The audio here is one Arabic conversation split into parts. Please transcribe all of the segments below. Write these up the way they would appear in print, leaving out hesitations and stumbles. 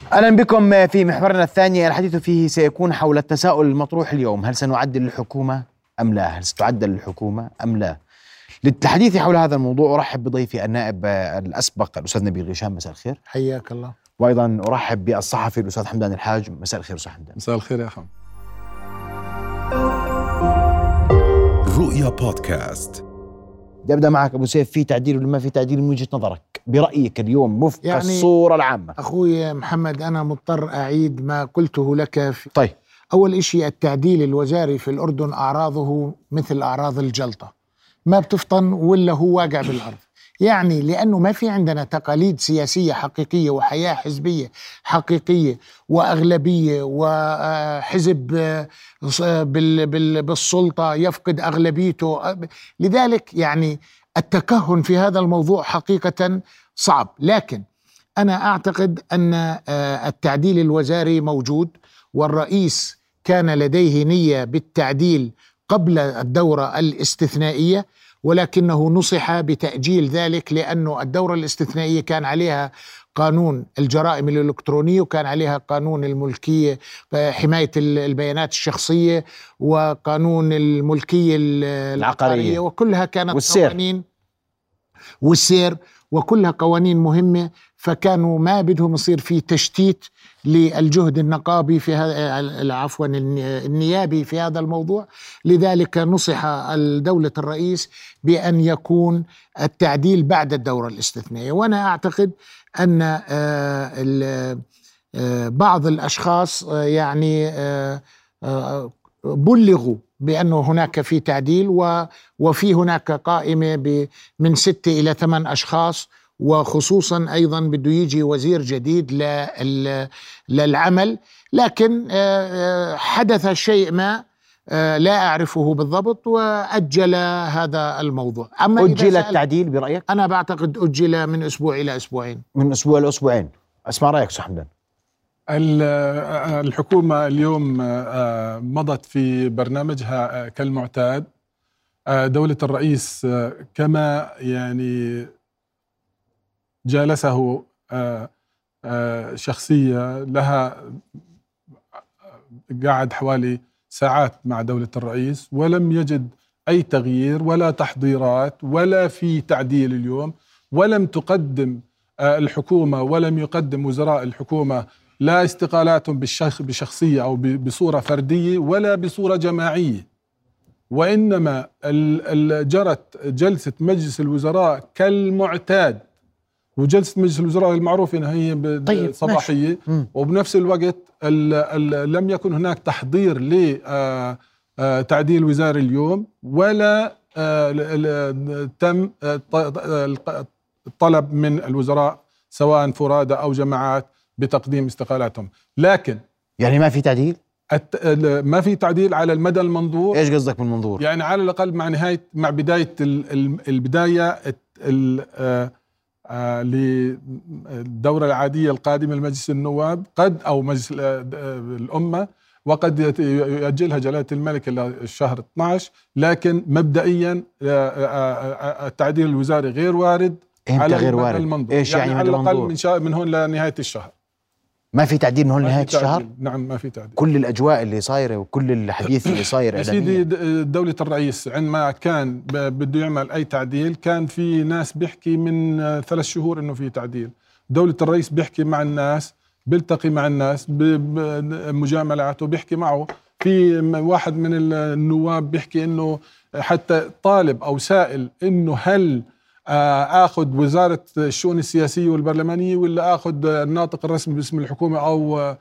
أهلا بكم في محورنا الثاني. الحديث فيه سيكون حول التساؤل المطروح اليوم: هل سنعدل الحكومة أم لا؟ هل ستعدل الحكومة أم لا؟ للحديث حول هذا الموضوع أرحب بضيفي النائب الأسبق الأستاذ نبيل غيشان، مساء الخير. حياك الله. وأيضا أرحب بالصحفي الأستاذ حمدان الحاج، مساء الخير أستاذ حمدان. مساء الخير يا أخي. رؤيا بودكاست. بدي أبدأ معك أبو سيف، في تعديل ولا ما في تعديل من وجهة نظرك برأيك اليوم وفق يعني الصورة العامة؟ أخوي محمد، أنا مضطر أعيد ما قلته لك طيب، أول إشي التعديل الوزاري في الأردن أعراضه مثل أعراض الجلطة، ما بتفطن ولا هو واقع بالأرض. يعني لأنه ما في عندنا تقاليد سياسية حقيقية وحياة حزبية حقيقية وأغلبية، وحزب بالسلطة يفقد أغلبيته. لذلك يعني التكهن في هذا الموضوع حقيقة صعب، لكن أنا أعتقد أن التعديل الوزاري موجود، والرئيس كان لديه نية بالتعديل قبل الدورة الاستثنائية، ولكنه نصح بتأجيل ذلك لأنه الدورة الاستثنائية كان عليها قانون الجرائم الإلكترونية، وكان عليها قانون الملكية حماية البيانات الشخصية، وقانون الملكية العقارية، وكلها كانت قوانين، والسير، وكلها قوانين مهمة. فكانوا ما بدهم يصير في تشتيت للجهد النقابي في عفوا النيابي في هذا الموضوع. لذلك نصح دولة الرئيس بأن يكون التعديل بعد الدورة الاستثنائية. وأنا أعتقد أن بعض الأشخاص يعني بلغوا بأنه هناك في تعديل، وفي هناك قائمة من 6 إلى 8 أشخاص، وخصوصا أيضا بده يجي وزير جديد للعمل. لكن حدث شيء ما لا أعرفه بالضبط وأجل هذا الموضوع. أما أجل التعديل برأيك؟ أنا بعتقد أجل من أسبوع إلى أسبوعين. من أسبوع لأسبوعين. أسمع رأيك أستاذ حمدان. الحكومة اليوم مضت في برنامجها كالمعتاد. دولة الرئيس كما يعني جالسه شخصية لها قاعد حوالي ساعات مع دولة الرئيس، ولم يجد أي تغيير ولا تحضيرات ولا في تعديل اليوم، ولم تقدم الحكومة ولم يقدم وزراء الحكومة لا استقالاتهم بشخصية أو بصورة فردية ولا بصورة جماعية، وإنما جرت جلسة مجلس الوزراء كالمعتاد. وجلسة مجلس الوزراء المعروفة إن هي صباحية، وبنفس الوقت لم يكن هناك تحضير لتعديل وزاري اليوم، ولا تم الطلب من الوزراء سواء فرادى أو جماعات بتقديم استقالاتهم. لكن يعني ما في تعديل؟ ما في تعديل على المدى المنظور. إيش قصدك بالمنظور؟ يعني على الأقل مع بداية البداية للدورة العادية القادمة لمجلس النواب قد أو مجلس الأمة، وقد يؤجلها جلالة الملك إلى الشهر 12. لكن مبدئيا التعديل الوزاري غير وارد. على غير وارد المنظور. إيش يعني على الأقل من هون لنهاية الشهر ما في تعديل؟ من هون لنهاية الشهر؟ نعم ما في تعديل. كل الأجواء اللي صايرة وكل الحديث اللي صاير سيدي، دولة الرئيس عندما كان بده يعمل أي تعديل كان في ناس بيحكي من 3 شهور إنه في تعديل. دولة الرئيس بيحكي مع الناس، بيلتقي مع الناس بمجاملات وبيحكي معه. في واحد من النواب بيحكي إنه حتى طالب أو سائل إنه هل آخذ وزارة الشؤون السياسية والبرلمانية ولا آخذ الناطق الرسمي باسم الحكومة أو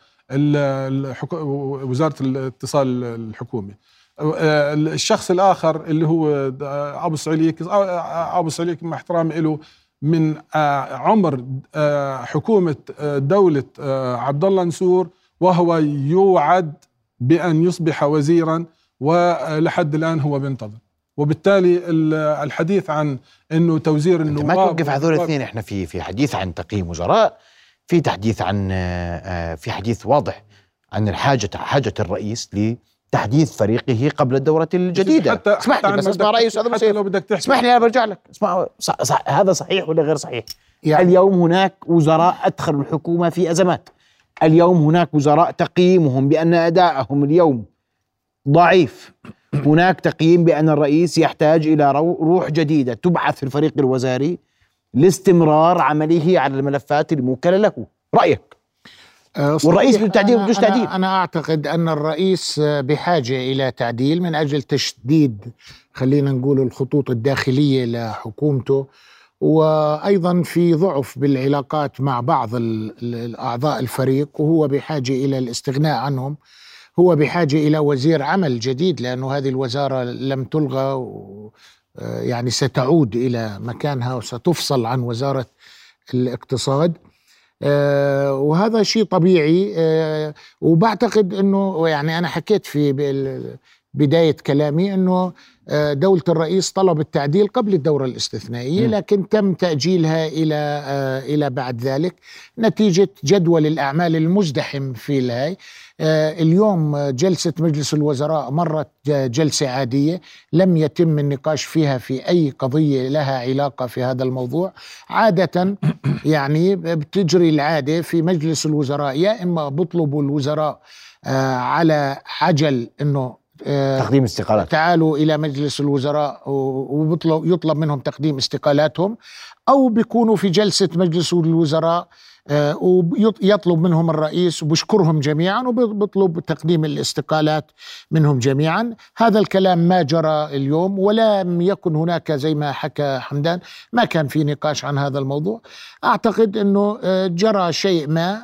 وزارة الاتصال الحكومي. الشخص الآخر اللي هو أبو صعليك مع احترامي له، من عمر حكومة دولة عبد الله نصور وهو يوعد بأن يصبح وزيرا، ولحد الآن هو بينتظر. وبالتالي الحديث عن انه توزير النواب، ما توقف هذول الاثنين. احنا في حديث عن تقييم وزراء، في تحديث عن في حديث واضح عن حاجة الرئيس لتحديث فريقه قبل الدورة الجديدة. اسمح لي بس اسمع رأيي أستاذ مسيف. اسمح لي، أنا برجع لك. اسمع، هذا صحيح ولا غير صحيح؟ يعني اليوم هناك وزراء أدخلوا الحكومة في أزمات. اليوم هناك وزراء تقييمهم بأن أداءهم اليوم ضعيف، هناك تقييم بأن الرئيس يحتاج إلى روح جديدة تبعث في الفريق الوزاري لاستمرار عمله على الملفات الموكلة له. رأيك؟ والرئيس بده تعديل بدوش تعديل. أنا أعتقد أن الرئيس بحاجة إلى تعديل من أجل تشديد، خلينا نقول، الخطوط الداخلية لحكومته، وأيضا في ضعف بالعلاقات مع بعض الأعضاء الفريق، وهو بحاجة إلى الاستغناء عنهم. هو بحاجة إلى وزير عمل جديد، لأنه هذه الوزارة لم تلغى، يعني ستعود إلى مكانها وستفصل عن وزارة الاقتصاد. وهذا شيء طبيعي. وبعتقد أنه يعني أنا حكيت في بداية كلامي أنه دولة الرئيس طلب التعديل قبل الدورة الاستثنائية، لكن تم تأجيلها إلى بعد ذلك نتيجة جدول الأعمال المزدحم في الهاي. اليوم جلسة مجلس الوزراء مرت جلسة عادية، لم يتم النقاش فيها في أي قضية لها علاقة في هذا الموضوع. عادة يعني بتجري العادة في مجلس الوزراء، يا إما بطلبوا الوزراء على عجل أنه تقديم استقالات، تعالوا إلى مجلس الوزراء ويطلب منهم تقديم استقالاتهم، أو بيكونوا في جلسة مجلس الوزراء ويطلب منهم الرئيس وبشكرهم جميعا وبيطلب تقديم الاستقالات منهم جميعا. هذا الكلام ما جرى اليوم، ولم يكن هناك زي ما حكى حمدان، ما كان في نقاش عن هذا الموضوع. أعتقد أنه جرى شيء ما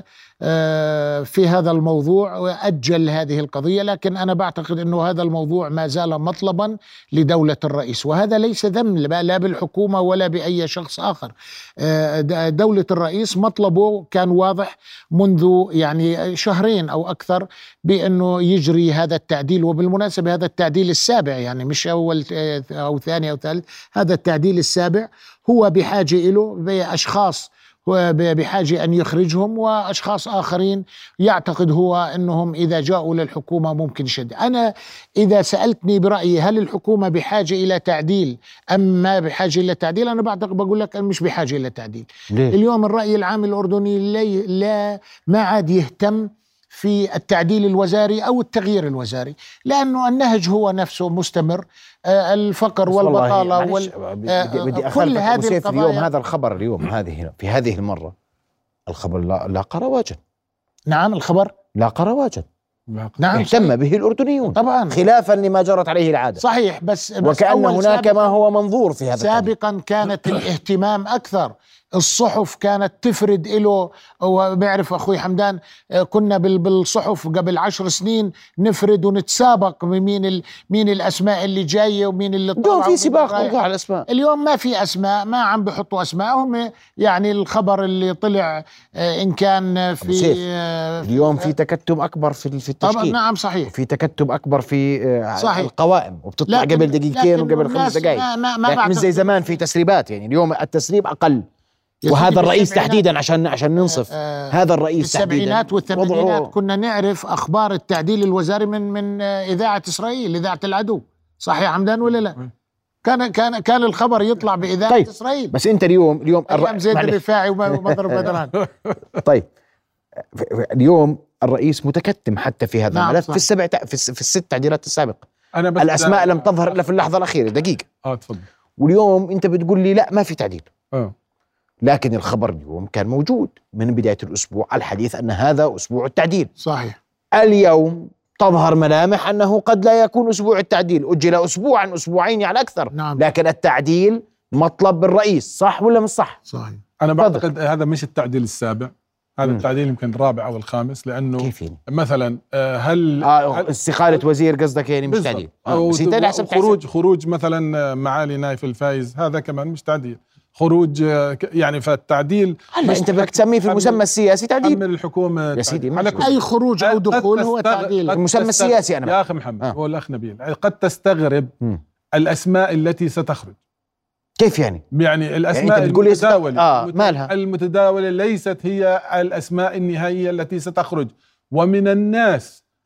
في هذا الموضوع وأجل هذه القضية، لكن أنا بعتقد أنه هذا الموضوع ما زال مطلبا لدولة الرئيس، وهذا ليس ذم لا بالحكومة ولا بأي شخص آخر. دولة الرئيس مطلبه كان واضح منذ يعني شهرين أو أكثر بأنه يجري هذا التعديل. وبالمناسبة هذا التعديل السابع، يعني مش أول أو ثاني أو ثالث، هذا التعديل السابع. هو بحاجة له بأشخاص وبحاجة أن يخرجهم، وأشخاص آخرين يعتقد هو أنهم إذا جاءوا للحكومة ممكن شد. أنا إذا سألتني برأيي هل الحكومة بحاجة إلى تعديل أم ما بحاجة إلى تعديل، أنا بعتقد بقول لك أنا مش بحاجة إلى تعديل. ليه؟ اليوم الرأي العام الأردني ما عاد يهتم في التعديل الوزاري أو التغيير الوزاري، لأنه النهج هو نفسه مستمر. الفقر والبطالة بدي كل هذه القضايا. اليوم هذا الخبر اليوم في هذه المرة الخبر لاقى رواجا. نعم، الخبر لاقى رواجا. نعم، اهتم به الأردنيون طبعا، خلافا لما جرت عليه العادة. صحيح، بس وكأن هناك ما هو منظور في هذا. سابقا كانت الاهتمام أكثر، الصحف كانت تفرد له. وبعرف أخوي حمدان كنا بالصحف قبل 10 سنين نفرد ونتسابق مين الأسماء اللي جاية ومين اللي طلع. اليوم في سباق على الأسماء. اليوم ما في أسماء، ما عم بحطوا أسماءهم. يعني الخبر اللي طلع إن كان في اليوم في تكتم أكبر في التشكيل. نعم صحيح، في تكتم أكبر في صحيح القوائم، وبتطلع قبل دقيقتين وقبل 5 دقائق. مش زي زمان في تسريبات. يعني اليوم التسريب أقل. وهذا الرئيس تحديدا عشان ننصف هذا الرئيس تحديدا. في السبعينات والثمانينات كنا نعرف أخبار التعديل الوزاري من إذاعة إسرائيل، إذاعة العدو. صح يا حمدان ولا لا؟ كان الخبر يطلع بإذاعة طيب. إسرائيل. بس أنت اليوم زيد الرفاعي ومضرب بدران. طيب اليوم الرئيس متكتم حتى في هذا الملف. في ال6 تعديلات السابقة الأسماء لم تظهر إلا في اللحظة الأخيرة. دقيقة. تفضل. واليوم أنت بتقول لي لا ما في تعديل. لكن الخبر اليوم كان موجود من بداية الأسبوع، الحديث أن هذا أسبوع التعديل. صحيح. اليوم تظهر ملامح أنه قد لا يكون أسبوع التعديل، أجل أسبوعا أسبوعين على أكثر. نعم. لكن التعديل مطلب بالرئيس، صح ولا مش صح؟ صحيح. أنا بعتقد هذا مش التعديل السابع، هذا التعديل يمكن الرابع أو الخامس. لأنه كيف يعني؟ مثلا هل استقالة وزير قصدك يعني مش تعديل؟ أو خروج مثلا معالي نايف الفايز، هذا كمان مش تعديل. خروج يعني فالتعديل هلا انت بدك تسميه في المسمى السياسي تعديل. من الحكومه يا سيدي اي خروج او دخول هو تعديل. المسمى السياسي. انا يا اخي محمد هو الاخ نبيل قد تستغرب الاسماء التي ستخرج. كيف يعني؟ يعني الاسماء يعني المتداوله مالها؟ المتداوله ليست هي الاسماء النهائيه التي ستخرج. ومن الناس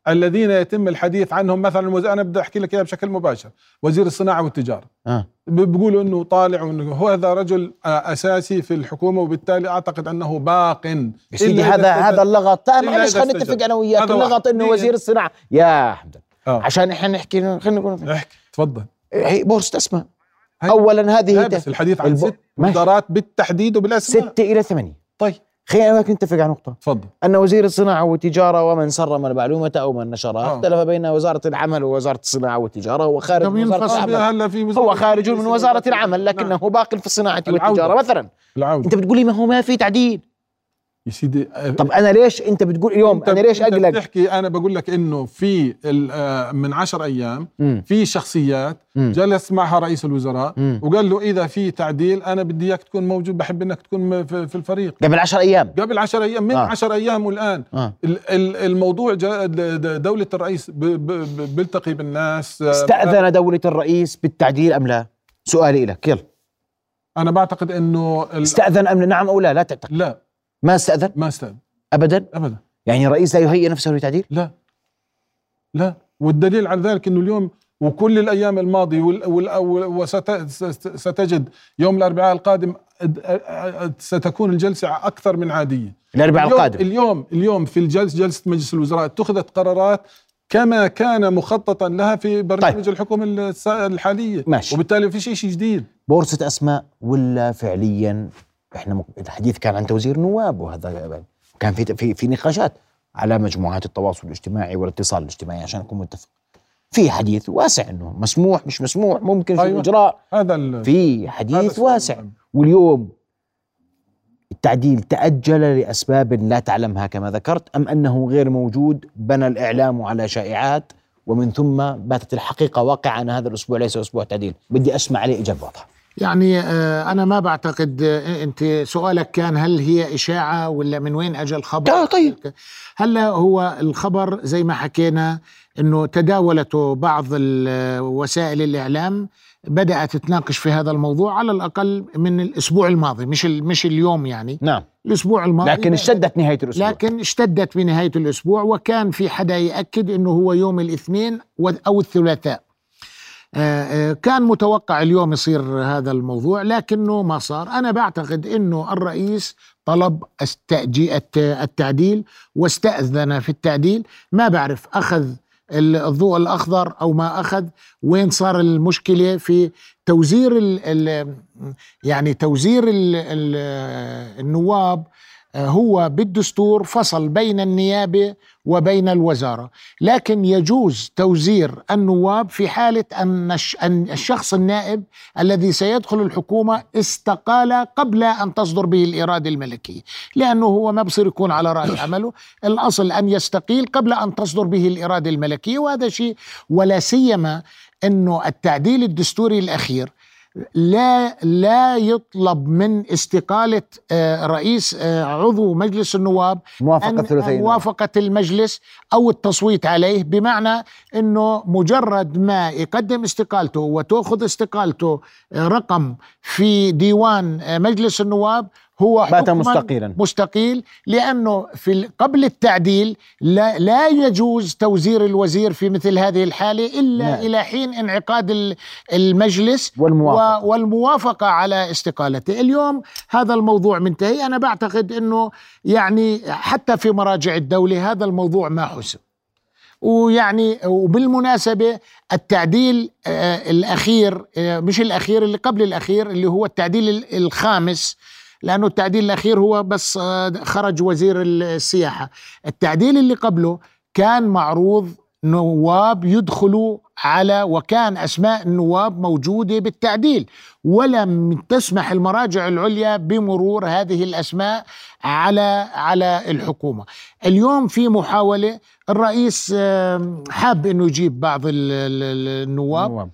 الذين يتم الحديث عنهم مثلا أنا بدي أحكي لك إياها بشكل مباشر، وزير الصناعة والتجارة بيقولوا أنه طالع وأنه هو هذا رجل أساسي في الحكومة، وبالتالي أعتقد أنه باق. سيدي هذا اللغط. معلش خلينا نتفق أنا وياك، اللغط أنه وزير الصناعة يا حمد عشان إحنا نحكي. خلينا نقول احكي تفضل. هي بورصة أسماء اولا، هذه بس الحديث عن 6 مصدرات بالتحديد وبالاسماء 6 إلى 8. طيب خلينا نتفق على نقطة. تفضل. أن وزير الصناعة والتجارة ومن سرم المعلومة أو من نشرها اختلف بين وزارة العمل ووزارة الصناعة والتجارة. هو خارج من وزارة العمل، هو خارج من وزارة العمل، لكنه باق في الصناعة والتجارة مثلا. أنت بتقولي ما هو ما في تعديل يا سيدي. طب أنا ليش أنت بتقول اليوم أنا ليش أقلق؟ تحكي أنا بقول لك إنه في من 10 أيام في شخصيات جلس معها رئيس الوزراء وقال له إذا في تعديل أنا بدي إياك تكون موجود، بحب إنك تكون في الفريق. قبل 10 أيام، قبل 10 أيام، من 10 أيام والآن الموضوع دولة الرئيس بيلتقي بالناس. استأذن دولة الرئيس بالتعديل أم لا؟ سؤالي لك يلا. أنا بعتقد إنه استأذن أم نعم أو لا؟ لا تعتقد؟ لا ما استأذن؟ ما استأذن أبدا أبدا. يعني الرئيس لا يهيئ نفسه للتعديل؟ لا. والدليل على ذلك إنه اليوم وكل الأيام الماضية وستجد يوم الأربعاء القادم ستكون الجلسة أكثر من عادية. الأربعاء القادم اليوم في جلسة مجلس الوزراء اتخذت قرارات كما كان مخططا لها في برنامج الحكومة الحالية. ماشي. وبالتالي في شيء جديد. بورصة أسماء ولا فعليا احنا الحديث كان عن توزير نواب، وهذا كان في نقاشات على مجموعات التواصل الاجتماعي والاتصال الاجتماعي عشان نكون متفق. في حديث واسع انه مسموح مش مسموح، ممكن في اجراء، في حديث واسع. واليوم التعديل تأجل لأسباب لا تعلمها كما ذكرت، أم أنه غير موجود بنى الإعلام على شائعات ومن ثم باتت الحقيقة واقعة أن هذا الأسبوع ليس أسبوع تعديل؟ بدي أسمع عليه إجابة واضحة. يعني أنا ما بعتقد. أنت سؤالك كان هل هي إشاعة ولا من وين أجى الخبر؟ طيب هلا هو الخبر زي ما حكينا أنه تداولته بعض وسائل الإعلام، بدأت تناقش في هذا الموضوع على الأقل من الأسبوع الماضي، مش اليوم يعني. نعم. الأسبوع الماضي. لكن اشتدت نهاية الأسبوع. لكن اشتدت بنهاية الأسبوع، وكان في حدا يأكد أنه هو يوم الاثنين أو الثلاثاء. كان متوقع اليوم يصير هذا الموضوع لكنه ما صار. أنا بعتقد أنه الرئيس طلب التعديل واستأذن في التعديل. ما بعرف أخذ الضوء الأخضر أو ما أخذ، وين صار المشكلة في توزير يعني توزير النواب. هو بالدستور فصل بين النيابة وبين الوزارة، لكن يجوز توزير النواب في حالة أن الشخص النائب الذي سيدخل الحكومة استقال قبل أن تصدر به الإرادة الملكية، لأنه هو ما بصير يكون على رأس عمله. الأصل أن يستقيل قبل أن تصدر به الإرادة الملكية، وهذا شيء. ولا سيما أنه التعديل الدستوري الأخير لا يطلب من استقالة رئيس عضو مجلس النواب موافقة المجلس أو التصويت عليه، بمعنى أنه مجرد ما يقدم استقالته وتأخذ استقالته رقم في ديوان مجلس النواب هو بات مستقيل، لأنه قبل التعديل لا يجوز توزير الوزير في مثل هذه الحالة إلا إلى حين انعقاد المجلس والموافقة على استقالته. اليوم هذا الموضوع منتهي. أنا بعتقد أنه يعني حتى في مراجع الدولة هذا الموضوع ما حسب. وبالمناسبة التعديل الأخير، مش الأخير، اللي قبل الأخير، اللي هو التعديل الخامس، لأنه التعديل الأخير هو بس خرج وزير السياحة. التعديل اللي قبله كان معروض نواب يدخلوا وكان أسماء النواب موجودة بالتعديل، ولم تسمح المراجع العليا بمرور هذه الأسماء على الحكومة. اليوم في محاولة، الرئيس حاب أنه يجيب بعض النواب،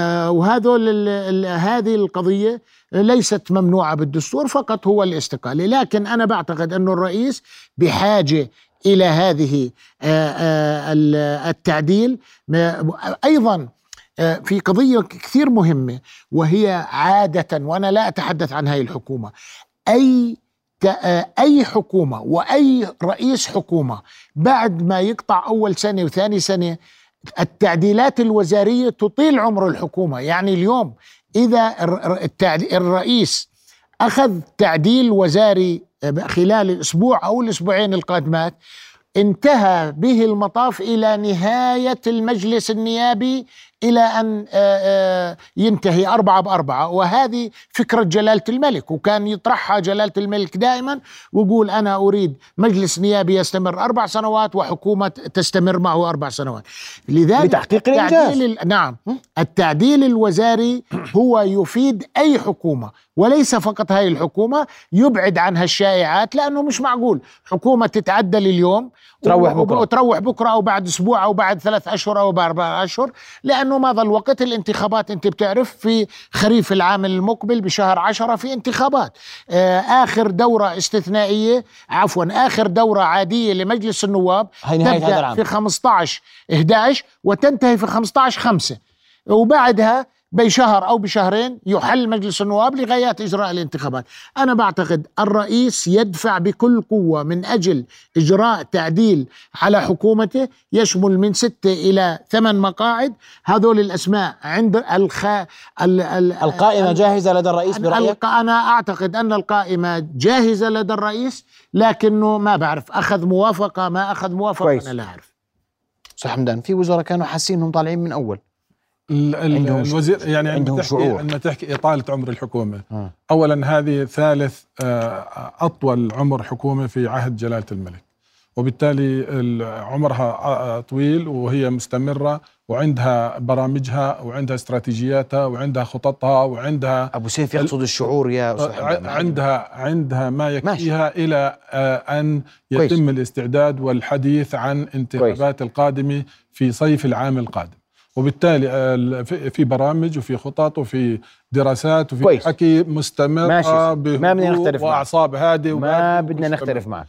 هذه القضية ليست ممنوعة بالدستور، فقط هو الاستقالة. لكن أنا بعتقد أنه الرئيس بحاجة إلى هذه التعديل. أيضا في قضية كثير مهمة، وهي عادة، وأنا لا أتحدث عن هاي الحكومة، أي أي حكومة وأي رئيس حكومة بعد ما يقطع أول سنة وثاني سنة التعديلات الوزارية تطيل عمر الحكومة. يعني اليوم إذا الرئيس أخذ تعديل وزاري خلال الأسبوع أو الأسبوعين القادمات، انتهى به المطاف إلى نهاية المجلس النيابي، إلى أن ينتهي 4 ب4. وهذه فكرة جلالة الملك، وكان يطرحها جلالة الملك دائما، ويقول أنا أريد مجلس نيابي يستمر 4 سنوات وحكومة تستمر معه 4 سنوات. لذلك بتحقيق الإنجاز. نعم، التعديل الوزاري هو يفيد أي حكومة وليس فقط هاي الحكومة، يبعد عنها الشائعات، لأنه مش معقول حكومة تتعدل اليوم وتروح بكرة أو بعد أسبوع أو بعد 3 أشهر أو بعد 4 أشهر، لأنه ماذا الوقت الانتخابات أنت بتعرف في خريف العام المقبل بشهر 10 في انتخابات. آخر دورة استثنائية آخر دورة عادية لمجلس النواب تبدأ في 15/11 وتنتهي في 15/5، وبعدها بشهر أو بشهرين يحل مجلس النواب لغايات إجراء الانتخابات. أنا بعتقد الرئيس يدفع بكل قوة من أجل إجراء تعديل على حكومته يشمل من 6 إلى 8 مقاعد. هذول الأسماء عند القائمة جاهزة لدى الرئيس برأيك؟ أنا أعتقد أن القائمة جاهزة لدى الرئيس، لكنه ما بعرف أخذ موافقة ما أخذ موافقة كويس. أنا لا أعرف. صح حمدان، في وزراء كانوا حاسين أنهم طالعين من أول. الوزير يعني عندما تحكي إطالة عمر الحكومة، أولا هذه ثالث أطول عمر حكومة في عهد جلالة الملك، وبالتالي عمرها طويل وهي مستمرة وعندها برامجها وعندها استراتيجياتها وعندها خططها وعندها أبو سيف يقصد الشعور يا أستاذ. عندها ما يكفيها إلى أن يتم الاستعداد والحديث عن انتخابات القادمة في صيف العام القادم. وبالتالي في برامج وفي خطط وفي دراسات وفي كويس. حكي مستمر ما بدنا نختلف وأعصاب هادئة ما بدنا نختلف معك.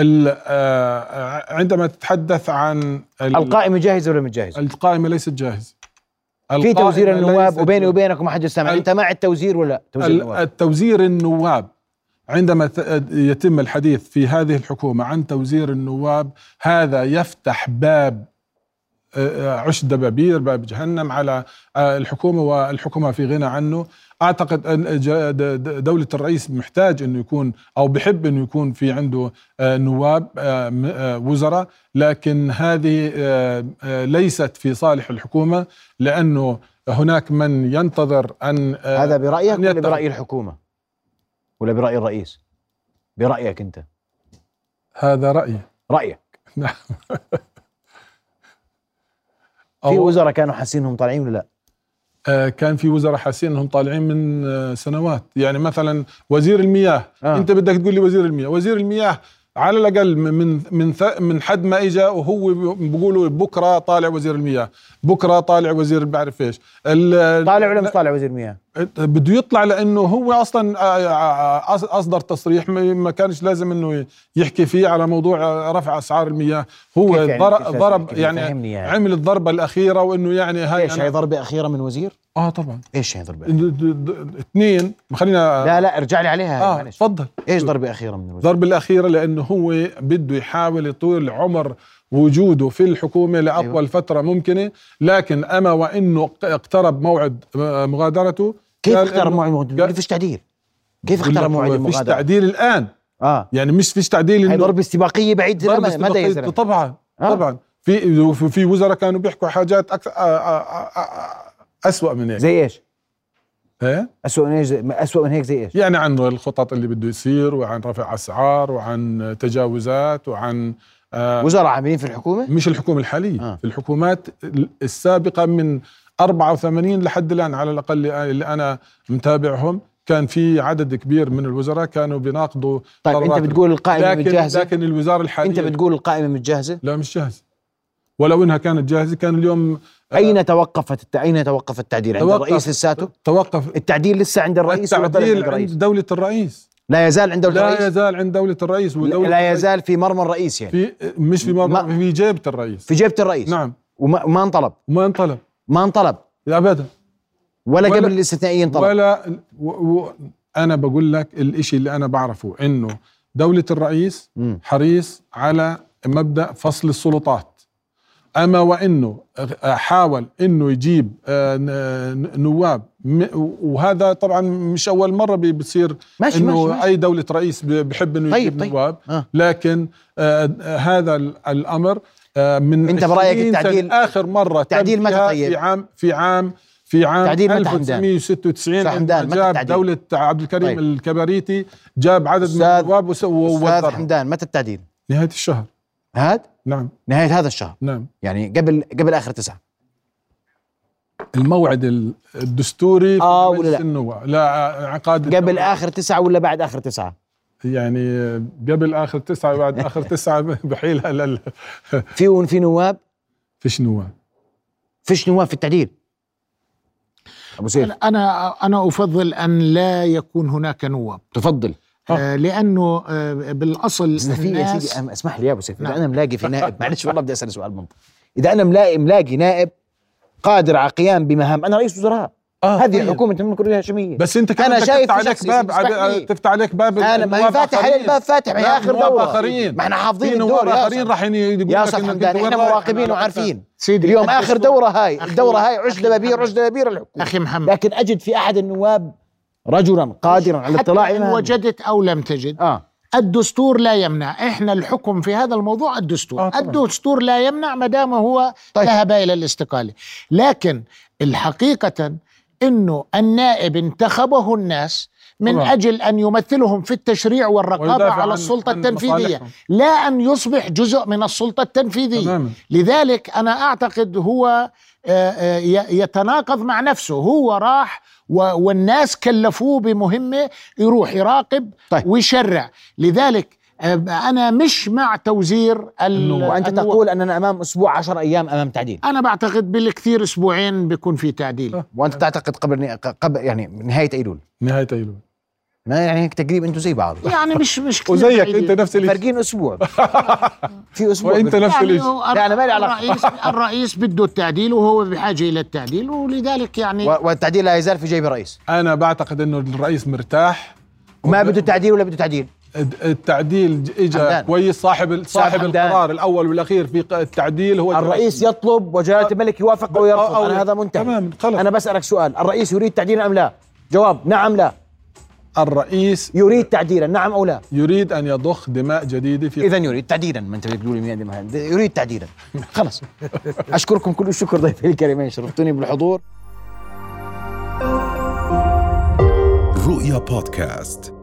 عندما تتحدث عن القائمة جاهزة ولا مش جاهزة؟ القائمة ليست جاهزة. في توزير النواب وبيني وبينك ما حد سمع. أنت مع التوزير ولا توزير النواب؟ عندما يتم الحديث في هذه الحكومة عن توزير النواب، هذا يفتح باب عش دبابير، باب جهنم على الحكومة، والحكومة في غنى عنه. أعتقد أن دولة الرئيس محتاج أنه يكون أو بحب أنه يكون في عنده نواب وزراء، لكن هذه ليست في صالح الحكومة، لأنه هناك من ينتظر أن هذا برأيك ولا برأي الحكومة ولا برأي الرئيس؟ برأيك أنت؟ هذا رأيك. نعم. في وزراء كانوا حاسين انهم طالعين ولا لا؟ كان في وزراء حاسين انهم طالعين من سنوات. يعني مثلا وزير المياه، انت بدك تقول لي وزير المياه على الاقل من حد ما اجى وهو بيقولوا بكره طالع وزير المياه، بكره طالع وزير بعرف ايش. طالع ولا مش طالع وزير المياه؟ بده يطلع، لانه هو اصلا اصدر تصريح ما كانش لازم انه يحكي فيه على موضوع رفع اسعار المياه. هو يعني ضرب يعني عمل الضربه الاخيره، وانه يعني هاي ايش هي ضربه اخيره من وزير؟ طبعا. ايش هي ضربه؟ 2 خلينا لا ارجع لي عليها. معلش تفضل. ايش ضربه اخيره من وزير؟ الضربه الاخيره لانه هو بده يحاول يطول عمر وجوده في الحكومة لأطول فترة ممكنة، لكن أما وإنه اقترب موعد مغادرته. كيف اقترب موعد؟ فيش تعديل. كيف اقترب موعد المغادرة؟ فيش تعديل الآن. يعني مش فيش تعديل. هي ضربة استباقية بعيد مدى يا زلمة. طبعا. طبعا في وزراء كانوا بيحكوا حاجات أكثر أسوأ من هيك. زي إيش؟ ايه أسوأ من هيك زي إيش؟ يعني عن الخطط اللي بده يصير، وعن رفع أسعار، وعن تجاوزات، وعن وزراء عاملين في الحكومة؟ مش الحكومة الحالية. في الحكومات السابقة من 84 لحد الآن على الأقل اللي أنا متابعهم، كان في عدد كبير من الوزراء كانوا بيناقضوا. طيب أنت بتقول القائمة مش جاهزة؟ لكن الوزارة الحالية أنت بتقول القائمة مش جاهزة؟ لا مش جاهزة، ولو إنها كانت جاهزة كان اليوم. أين توقف التعديل؟ عند الرئيس لساته؟ توقف التعديل لسه عند الرئيس؟ التعديل عند دولة الرئيس. لا يزال عند دولة الرئيس؟ لا يزال عند دولة الرئيس. لا يزال في مرمى الرئيس يعني؟ مش في مرمى، في جيبة الرئيس. في جيبة الرئيس. نعم. وما انطلب. ما انطلب أبدا. ولا قبل الاستثنائية انطلب. ولا أنا بقول لك الإشي اللي أنا بعرفه إنه دولة الرئيس حريص على مبدأ فصل السلطات. أما وإنه حاول إنه يجيب نواب، وهذا طبعا مش أول مرة بيصير إنه أي دولة رئيس بحب إنه يجيب نواب. لكن هذا الأمر من أنت برأيك التعديل آخر مرة تعديل متى؟ طيب في عام 1996 جاب دولة عبد الكريم الكباريتي، جاب عدد من النواب أستاذ حمدان، متى التعديل؟ نهاية الشهر هذا؟ نعم، نهاية هذا الشهر. نعم، يعني قبل آخر 9. الموعد الدستوري ولا لا؟ النواب لا عقاد قبل آخر 9 ولا بعد آخر 9؟ يعني قبل آخر 9 وبعد آخر 9 بحيلها في نواب؟ فيش نواب في التعديل. أبو سيف، أنا أفضل أن لا يكون هناك نواب. تفضل؟ لأنه بالأصل يا سيدي اسمح لي يا أبو سيف، إذا أنا ملاقي في نائب، معلش والله بدي أسأل سؤال منطقي، إذا أنا ملاقي نائب قادر على قيام بمهام، أنا رئيس وزراء، هذه حكومة المملكة الهاشمية، بس أنت كمان تفتح عليك باب أنا ما فاتح عليه الباب، فاتح يا آخر دورة، ما احنا حافظين الدور يا صاحب حمدان، احنا مراقبين وعارفين. اليوم آخر دورة هاي، الدورة هاي عجلة ببير الحكومة أخي محمد، لكن أجد في أحد النواب رجلا قادرا على الاطلاع، إن وجدت أو لم تجد. الدستور لا يمنع، احنا الحكم في هذا الموضوع الدستور. الدستور لا يمنع ما دام هو ذهب إلى الاستقالة. لكن الحقيقة انه النائب انتخبه الناس من اجل ان يمثلهم في التشريع والرقابة على السلطة التنفيذية، لا ان يصبح جزء من السلطة التنفيذية. لذلك انا اعتقد هو يتناقض مع نفسه. هو راح والناس كلفوه بمهمة يروح يراقب ويشرع. لذلك أنا مش مع توزير وأنت تقول أننا أمام أسبوع 10 أيام أمام تعديل. أنا بعتقد بالكثير أسبوعين بيكون في تعديل. وأنت تعتقد قبل يعني نهاية أيلول؟ ما يعني هيك تقريبا انتوا زي بعض يعني مش كثير وزيك انت نفس اللي فارقين اسبوع في اسبوع وانت نفس اللي يعني ما لي علاقه. الرئيس بده التعديل وهو بحاجه الى التعديل، ولذلك يعني والتعديل لا يزال في جيب الرئيس. انا بعتقد انه الرئيس مرتاح وما بده تعديل ولا بده تعديل. التعديل اجى كويس. صاحب القرار الاول والاخير في التعديل هو الرئيس يطلب وجلاله الملك يوافق او يرفض. أنا هذا منتهي. تمام. انا بسألك سؤال، الرئيس يريد تعديلا ام لا؟ جواب نعم لا. الرئيس يريد تعديلا نعم او لا؟ يريد ان يضخ دماء جديده في اذا يريد تعديلا. ما انت بتقول لي يريد تعديلا. خلاص. اشكركم كل الشكر ضيفي الكريمين، شرفتوني بالحضور. رؤيا بودكاست.